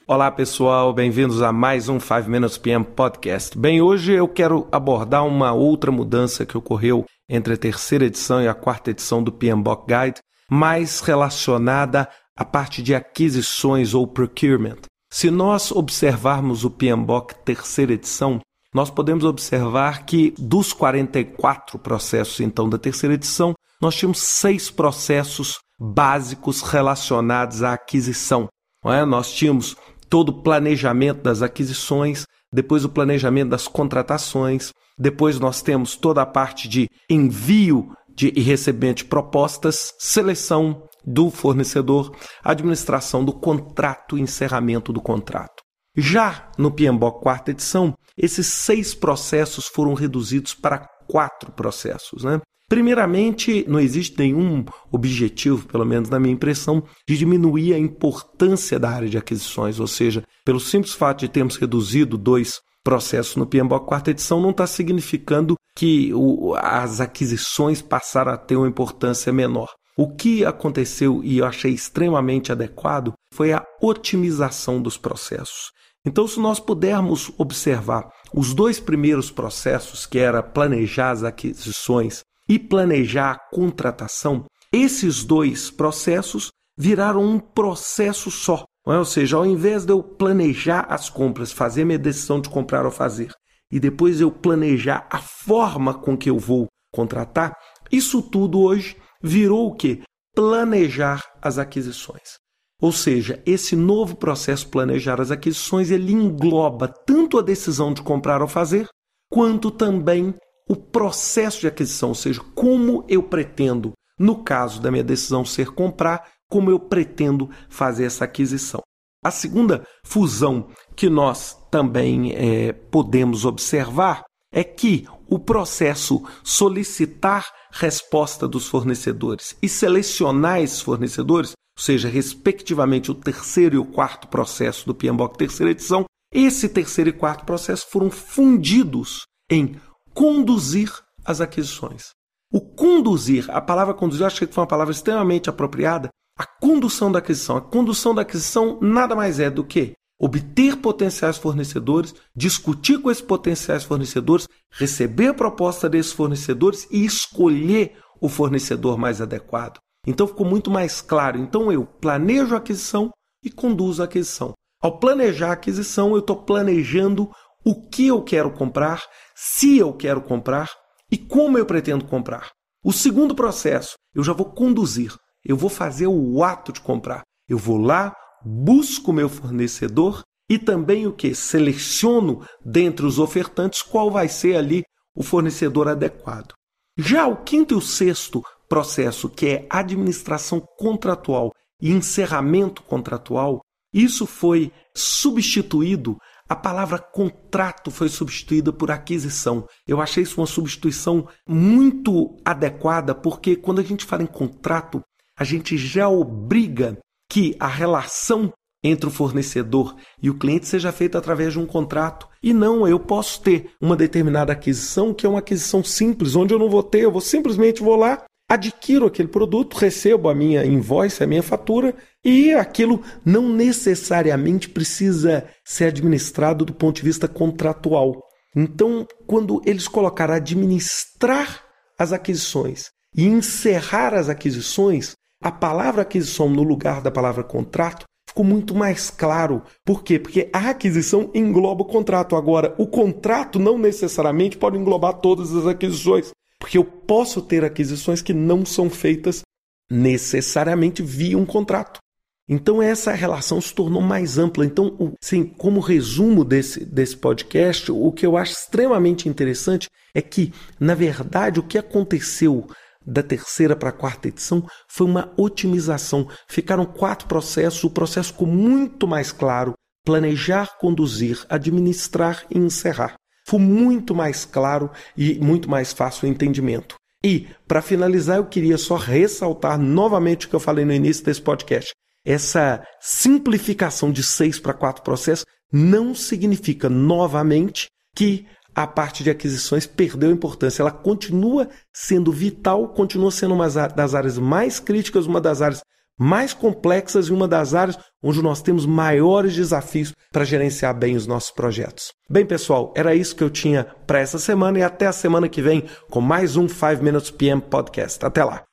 Olá pessoal, bem-vindos a mais um 5 Minutes PM Podcast. Bem, hoje eu quero abordar uma outra mudança que ocorreu entre a terceira edição e a quarta edição do PMBOK Guide, mais relacionada à parte de aquisições ou procurement. Se nós observarmos o PMBOK terceira edição, nós podemos observar que dos 44 processos então da terceira edição, nós tínhamos 6 processos básicos relacionados à aquisição. Não é? Nós tínhamos todo o planejamento das aquisições, depois o planejamento das contratações, depois nós temos toda a parte de envio e recebimento de propostas, seleção do fornecedor, administração do contrato e encerramento do contrato. Já no PMBOK quarta edição, esses 6 processos foram reduzidos para 4 processos, né? Primeiramente, não existe nenhum objetivo, pelo menos na minha impressão, de diminuir a importância da área de aquisições, ou seja, pelo simples fato de termos reduzido 2 processos no PMBOK quarta edição, não está significando que as aquisições passaram a ter uma importância menor. O que aconteceu, e eu achei extremamente adequado, foi a otimização dos processos. Então, se nós pudermos observar os 2 primeiros processos, que era planejar as aquisições e planejar a contratação, esses 2 processos viraram um processo só. Ou seja, ao invés de eu planejar as compras, fazer minha decisão de comprar ou fazer, e depois eu planejar a forma com que eu vou contratar, isso tudo hoje virou o quê? Planejar as aquisições. Ou seja, esse novo processo planejar as aquisições, ele engloba tanto a decisão de comprar ou fazer, quanto também o processo de aquisição, ou seja, como eu pretendo, no caso da minha decisão ser comprar, como eu pretendo fazer essa aquisição. A segunda fusão que nós também podemos observar é que o processo solicitar resposta dos fornecedores e selecionar esses fornecedores, ou seja, respectivamente o terceiro e o quarto processo do PMBOK terceira edição, esse terceiro e quarto processo foram fundidos em conduzir as aquisições. O conduzir, a palavra conduzir, eu achei que foi uma palavra extremamente apropriada. A condução da aquisição. A condução da aquisição nada mais é do que obter potenciais fornecedores, discutir com esses potenciais fornecedores, receber a proposta desses fornecedores e escolher o fornecedor mais adequado. Então ficou muito mais claro. Então eu planejo a aquisição e conduzo a aquisição. Ao planejar a aquisição, eu estou planejando o que eu quero comprar, se eu quero comprar e como eu pretendo comprar. O segundo processo, eu já vou conduzir. Eu vou fazer o ato de comprar. Eu vou lá, busco o meu fornecedor e também o que? Seleciono dentre os ofertantes qual vai ser ali o fornecedor adequado. Já o quinto e o sexto processo, que é administração contratual e encerramento contratual, isso foi substituído. A palavra contrato foi substituída por aquisição. Eu achei isso uma substituição muito adequada, porque quando a gente fala em contrato, a gente já obriga que a relação entre o fornecedor e o cliente seja feita através de um contrato. E não, eu posso ter uma determinada aquisição que é uma aquisição simples, onde eu não vou ter, eu simplesmente vou lá, adquiro aquele produto, recebo a minha invoice, a minha fatura, e aquilo não necessariamente precisa ser administrado do ponto de vista contratual. Então, quando eles colocaram administrar as aquisições e encerrar as aquisições, a palavra aquisição no lugar da palavra contrato ficou muito mais claro. Por quê? Porque a aquisição engloba o contrato. Agora, o contrato não necessariamente pode englobar todas as aquisições, porque eu posso ter aquisições que não são feitas necessariamente via um contrato. Então, essa relação se tornou mais ampla. Então, assim, como resumo desse podcast, o que eu acho extremamente interessante é que, na verdade, o que aconteceu da terceira para a quarta edição foi uma otimização. Ficaram 4 processos, o processo ficou muito mais claro: planejar, conduzir, administrar e encerrar. Foi muito mais claro e muito mais fácil o entendimento. E, para finalizar, eu queria só ressaltar novamente o que eu falei no início desse podcast. Essa simplificação de 6 para 4 processos não significa, novamente, que a parte de aquisições perdeu importância. Ela continua sendo vital, continua sendo uma das áreas mais críticas, uma das áreas mais complexas e uma das áreas onde nós temos maiores desafios para gerenciar bem os nossos projetos. Bem, pessoal, era isso que eu tinha para essa semana e até a semana que vem com mais um 5 Minutes PM Podcast. Até lá!